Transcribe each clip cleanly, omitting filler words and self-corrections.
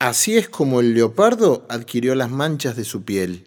Así es como el leopardo adquirió las manchas de su piel.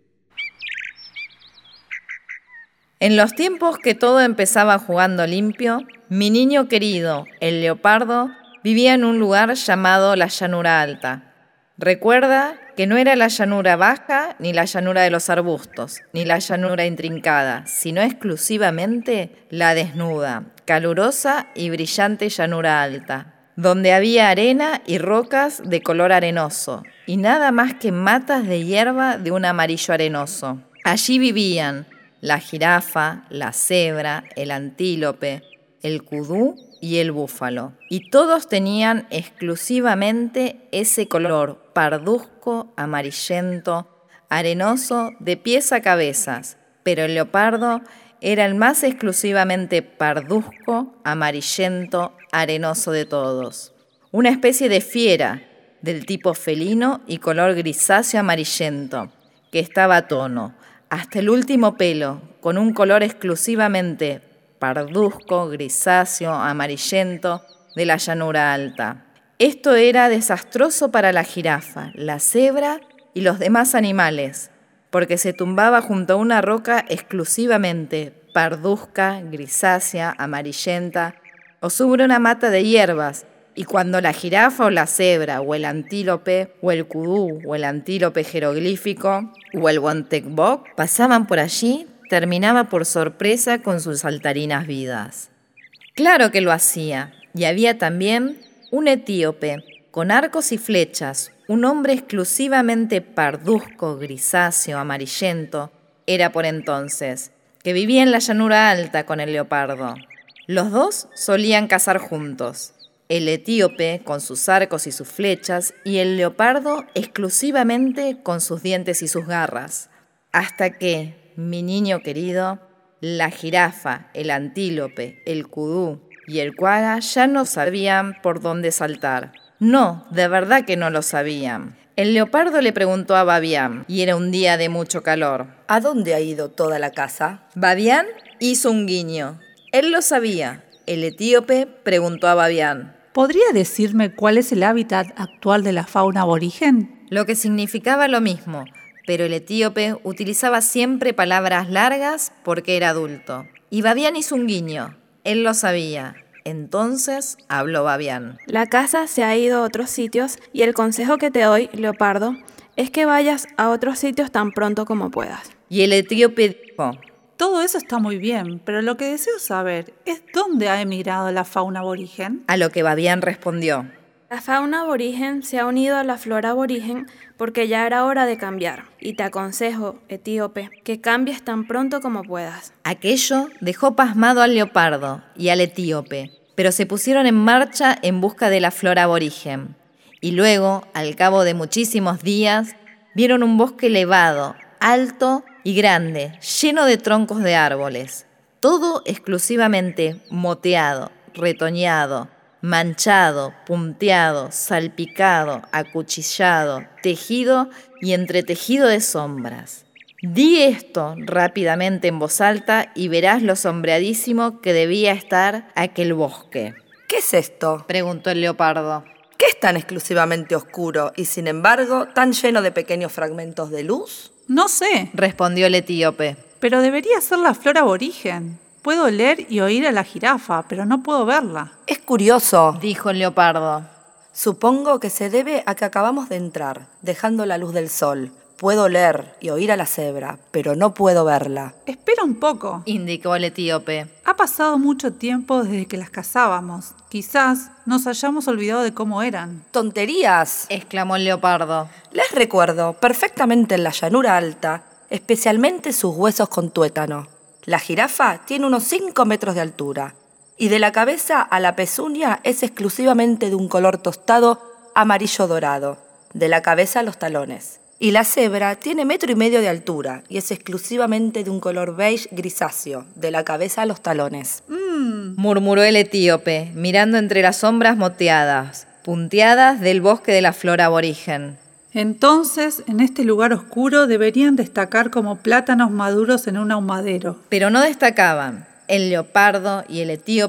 En los tiempos que todo empezaba jugando limpio, mi niño querido, el leopardo, vivía en un lugar llamado la llanura alta. Recuerda que no era la llanura baja, ni la llanura de los arbustos, ni la llanura intrincada, sino exclusivamente la desnuda, calurosa y brillante llanura alta, donde había arena y rocas de color arenoso, y nada más que matas de hierba de un amarillo arenoso. Allí vivían la jirafa, la cebra, el antílope, el kudú y el búfalo. Y todos tenían exclusivamente ese color parduzco, amarillento, arenoso, de pies a cabezas. Pero el leopardo era el más exclusivamente parduzco, amarillento, arenoso de todos. Una especie de fiera del tipo felino y color grisáceo amarillento, que estaba a tono, hasta el último pelo, con un color exclusivamente parduzco, grisáceo, amarillento, de la llanura alta. Esto era desastroso para la jirafa, la cebra y los demás animales, porque se tumbaba junto a una roca exclusivamente parduzca, grisácea, amarillenta, o sobre una mata de hierbas, y cuando la jirafa o la cebra, o el antílope, o el kudú, o el antílope jeroglífico, o el guantecbok pasaban por allí, terminaba por sorpresa con sus saltarinas vidas. Claro que lo hacía, y había también un etíope, con arcos y flechas, un hombre exclusivamente parduzco, grisáceo, amarillento, era por entonces, que vivía en la llanura alta con el leopardo. Los dos solían cazar juntos, el etíope con sus arcos y sus flechas, y el leopardo exclusivamente con sus dientes y sus garras, hasta que, mi niño querido, la jirafa, el antílope, el kudú y el koala ya no sabían por dónde saltar. No, de verdad que no lo sabían. El leopardo le preguntó a Babián, y era un día de mucho calor. ¿A dónde ha ido toda la casa? Babián hizo un guiño. Él lo sabía. El etíope preguntó a Babián: ¿podría decirme cuál es el hábitat actual de la fauna aborigen? Lo que significaba lo mismo, pero el etíope utilizaba siempre palabras largas porque era adulto. Y Babián hizo un guiño. Él lo sabía. Entonces habló Babián. La casa se ha ido a otros sitios y el consejo que te doy, leopardo, es que vayas a otros sitios tan pronto como puedas. Y el etíope dijo: todo eso está muy bien, pero lo que deseo saber es dónde ha emigrado la fauna aborigen. A lo que Babián respondió: la fauna aborigen se ha unido a la flora aborigen porque ya era hora de cambiar. Y te aconsejo, etíope, que cambies tan pronto como puedas. Aquello dejó pasmado al leopardo y al etíope, pero se pusieron en marcha en busca de la flora aborigen. Y luego, al cabo de muchísimos días, vieron un bosque elevado, alto y grande, lleno de troncos de árboles. Todo exclusivamente moteado, retoñado, manchado, punteado, salpicado, acuchillado, tejido y entretejido de sombras. Di esto rápidamente en voz alta y verás lo sombreadísimo que debía estar aquel bosque. ¿Qué es esto?, preguntó el leopardo. ¿Qué es tan exclusivamente oscuro y, sin embargo, tan lleno de pequeños fragmentos de luz? No sé, respondió el etíope. Pero debería ser la flora aborigen. Puedo oler y oír a la jirafa, pero no puedo verla. Es curioso, dijo el leopardo. Supongo que se debe a que acabamos de entrar, dejando la luz del sol. Puedo oler y oír a la cebra, pero no puedo verla. Espera un poco, indicó el etíope. Ha pasado mucho tiempo desde que las cazábamos. Quizás nos hayamos olvidado de cómo eran. ¡Tonterías!, exclamó el leopardo. Les recuerdo perfectamente en la llanura alta, especialmente sus huesos con tuétano. La jirafa tiene unos 5 metros de altura y de la cabeza a la pezuña es exclusivamente de un color tostado amarillo dorado, de la cabeza a los talones. Y la cebra tiene 1,5 metros de altura y es exclusivamente de un color beige grisáceo, de la cabeza a los talones. Murmuró el etíope, mirando entre las sombras moteadas, punteadas del bosque de la flora aborigen. Entonces, en este lugar oscuro deberían destacar como plátanos maduros en un ahumadero. Pero no destacaban. El leopardo y el etíope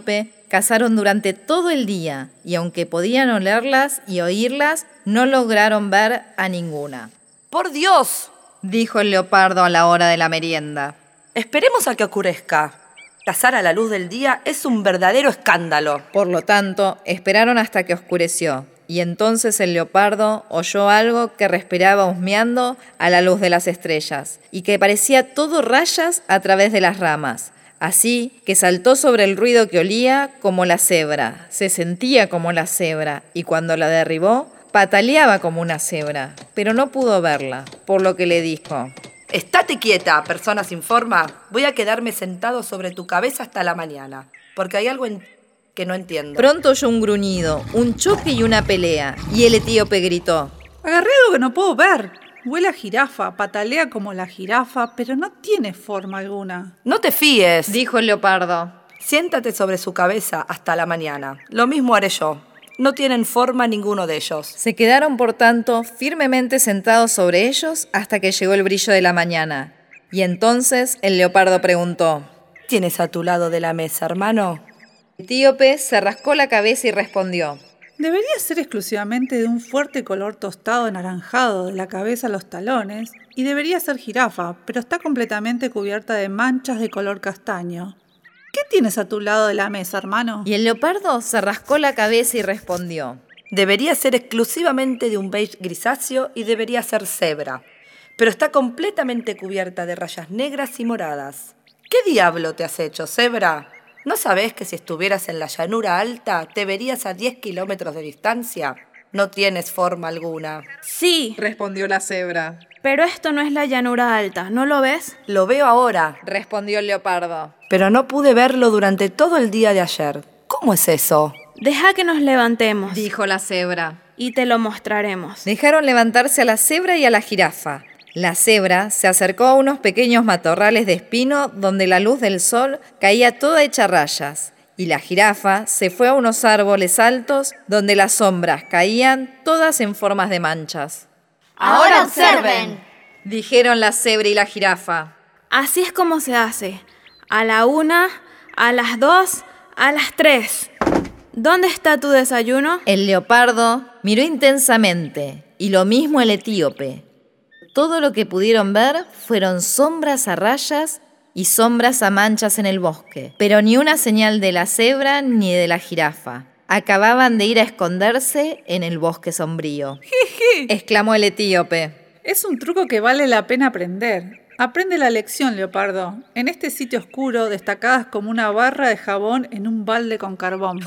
cazaron durante todo el día y aunque podían olerlas y oírlas, no lograron ver a ninguna. ¡Por Dios!, dijo el leopardo a la hora de la merienda. Esperemos a que oscurezca. Cazar a la luz del día es un verdadero escándalo. Por lo tanto, esperaron hasta que oscureció, y entonces el leopardo oyó algo que respiraba husmeando a la luz de las estrellas, y que parecía todo rayas a través de las ramas. Así que saltó sobre el ruido que olía como la cebra, se sentía como la cebra, y cuando la derribó, pataleaba como una cebra, pero no pudo verla, por lo que le dijo: Estate quieta, persona sin forma. Voy a quedarme sentado sobre tu cabeza hasta la mañana, porque hay algo que no entiendo. Pronto oyó un gruñido, un choque y una pelea, y el etíope gritó: Agarré algo que no puedo ver. Huele a jirafa, patalea como la jirafa, pero no tiene forma alguna. No te fíes, dijo el leopardo. Siéntate sobre su cabeza hasta la mañana. Lo mismo haré yo. No tienen forma ninguno de ellos. Se quedaron, por tanto, firmemente sentados sobre ellos hasta que llegó el brillo de la mañana. Y entonces el leopardo preguntó: ¿Tienes a tu lado de la mesa, hermano? El etíope se rascó la cabeza y respondió: Debería ser exclusivamente de un fuerte color tostado anaranjado de la cabeza a los talones, y debería ser jirafa, pero está completamente cubierta de manchas de color castaño. ¿Qué tienes a tu lado de la mesa, hermano? Y el leopardo se rascó la cabeza y respondió: Debería ser exclusivamente de un beige grisáceo y debería ser cebra, pero está completamente cubierta de rayas negras y moradas. ¿Qué diablo te has hecho, cebra? ¿No sabes que si estuvieras en la llanura alta te verías a 10 kilómetros de distancia? No tienes forma alguna. Sí, respondió la cebra. pero esto no es la llanura alta, ¿no lo ves? Lo veo ahora, respondió el leopardo. pero no pude verlo durante todo el día de ayer. ¿Cómo es eso? Deja que nos levantemos, dijo la cebra. y te lo mostraremos. Dejaron levantarse a la cebra y a la jirafa. La cebra se acercó a unos pequeños matorrales de espino donde la luz del sol caía toda hecha rayas, y la jirafa se fue a unos árboles altos donde las sombras caían todas en formas de manchas. ¡Ahora observen!, dijeron la cebra y la jirafa. Así es como se hace. A la 1, a las 2, a las 3. ¿Dónde está tu desayuno? El leopardo miró intensamente, y lo mismo el etíope. Todo lo que pudieron ver fueron sombras a rayas y sombras a manchas en el bosque, pero ni una señal de la cebra ni de la jirafa. Acababan de ir a esconderse en el bosque sombrío. Exclamó el etíope. Es un truco que vale la pena aprender. Aprende la lección, leopardo. En este sitio oscuro, destacadas como una barra de jabón en un balde con carbón.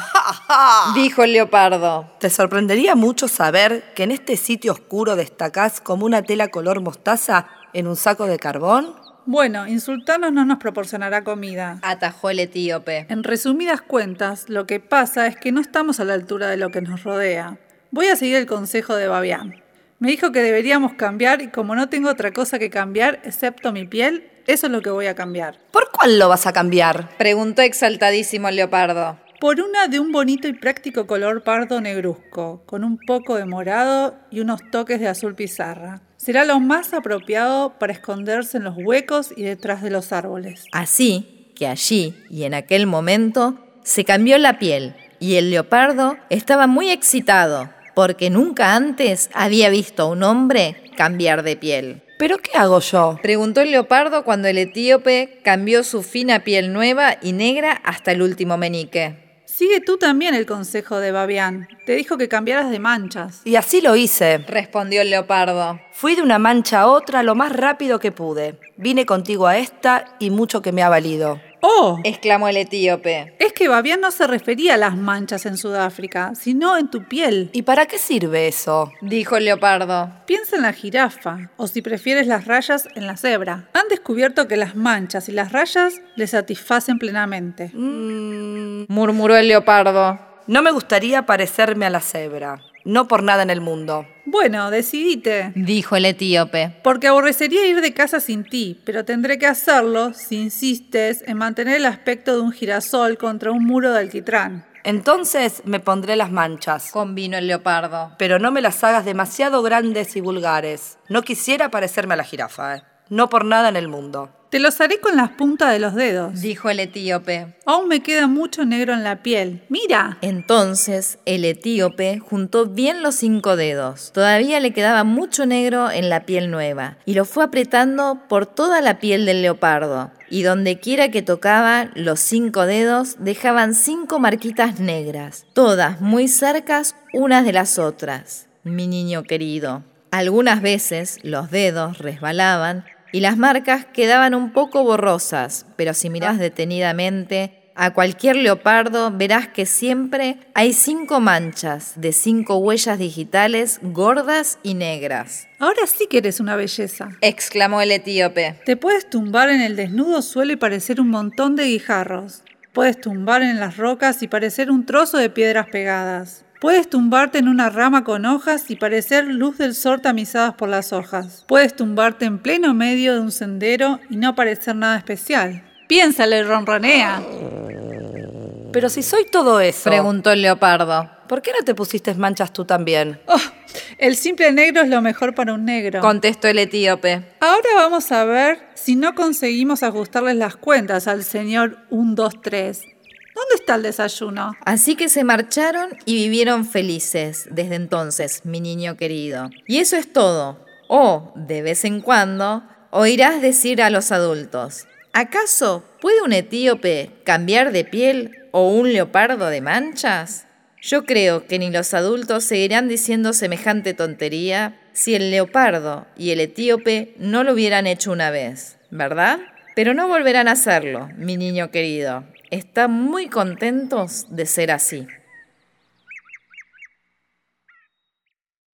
Dijo el leopardo. Te sorprendería mucho saber que en este sitio oscuro destacás como una tela color mostaza en un saco de carbón. Bueno, insultarnos no nos proporcionará comida. Atajó el etíope. En resumidas cuentas, lo que pasa es que no estamos a la altura de lo que nos rodea. Voy a seguir el consejo de Babián. Me dijo que deberíamos cambiar y como no tengo otra cosa que cambiar excepto mi piel, eso es lo que voy a cambiar. ¿Por cuál lo vas a cambiar? Preguntó exaltadísimo el leopardo. Por una de un bonito y práctico color pardo negruzco, con un poco de morado y unos toques de azul pizarra. Será lo más apropiado para esconderse en los huecos y detrás de los árboles. Así que allí y en aquel momento se cambió la piel y el leopardo estaba muy excitado porque nunca antes había visto a un hombre cambiar de piel. ¿Pero qué hago yo?, preguntó el leopardo cuando el etíope cambió su fina piel nueva y negra hasta el último menique. Sigue tú también el consejo de Babián. Te dijo que cambiaras de manchas. Y así lo hice, respondió el leopardo. Fui de una mancha a otra lo más rápido que pude. Vine contigo a esta y mucho que me ha valido. ¡Oh!, exclamó el etíope. Es que Babián no se refería a las manchas en Sudáfrica, sino en tu piel. ¿Y para qué sirve eso?, dijo el leopardo. Piensa en la jirafa, o si prefieres las rayas, en la cebra. Han descubierto que las manchas y las rayas les satisfacen plenamente. Murmuró el leopardo. No me gustaría parecerme a la cebra. No por nada en el mundo. Bueno, decidite, dijo el etíope. Porque aborrecería ir de casa sin ti, pero tendré que hacerlo si insistes en mantener el aspecto de un girasol contra un muro de alquitrán. Entonces me pondré las manchas, convino el leopardo. Pero no me las hagas demasiado grandes y vulgares. No quisiera parecerme a la jirafa, No por nada en el mundo. Te los haré con las puntas de los dedos. dijo el etíope. Aún me queda mucho negro en la piel. ¡Mira! Entonces el etíope juntó bien los 5 dedos. Todavía le quedaba mucho negro en la piel nueva y lo fue apretando por toda la piel del leopardo. Y donde quiera que tocaba, los 5 dedos dejaban 5 marquitas negras, todas muy cercas unas de las otras. Mi niño querido. Algunas veces los dedos resbalaban y las marcas quedaban un poco borrosas, pero si mirás detenidamente a cualquier leopardo, verás que siempre hay 5 manchas de 5 huellas digitales gordas y negras. Ahora sí que eres una belleza. Exclamó el etíope. Te puedes tumbar en el desnudo suelo y parecer un montón de guijarros. Puedes tumbar en las rocas y parecer un trozo de piedras pegadas. Puedes tumbarte en una rama con hojas y parecer luz del sol tamizadas por las hojas. Puedes tumbarte en pleno medio de un sendero y no parecer nada especial. Piénsalo y ronronea. Pero si soy todo eso, Preguntó el leopardo. ¿por qué no te pusiste manchas tú también? Oh, el simple negro es lo mejor para un negro. Contestó el etíope. Ahora vamos a ver si no conseguimos ajustarles las cuentas al señor 1, 2, 3. ¿Dónde está el desayuno? Así que se marcharon y vivieron felices desde entonces, mi niño querido. Y eso es todo. O, de vez en cuando, oirás decir a los adultos: ¿acaso puede un etíope cambiar de piel o un leopardo de manchas? Yo creo que ni los adultos seguirán diciendo semejante tontería si el leopardo y el etíope no lo hubieran hecho una vez, ¿verdad? Pero no volverán a hacerlo, mi niño querido. Están muy contentos de ser así.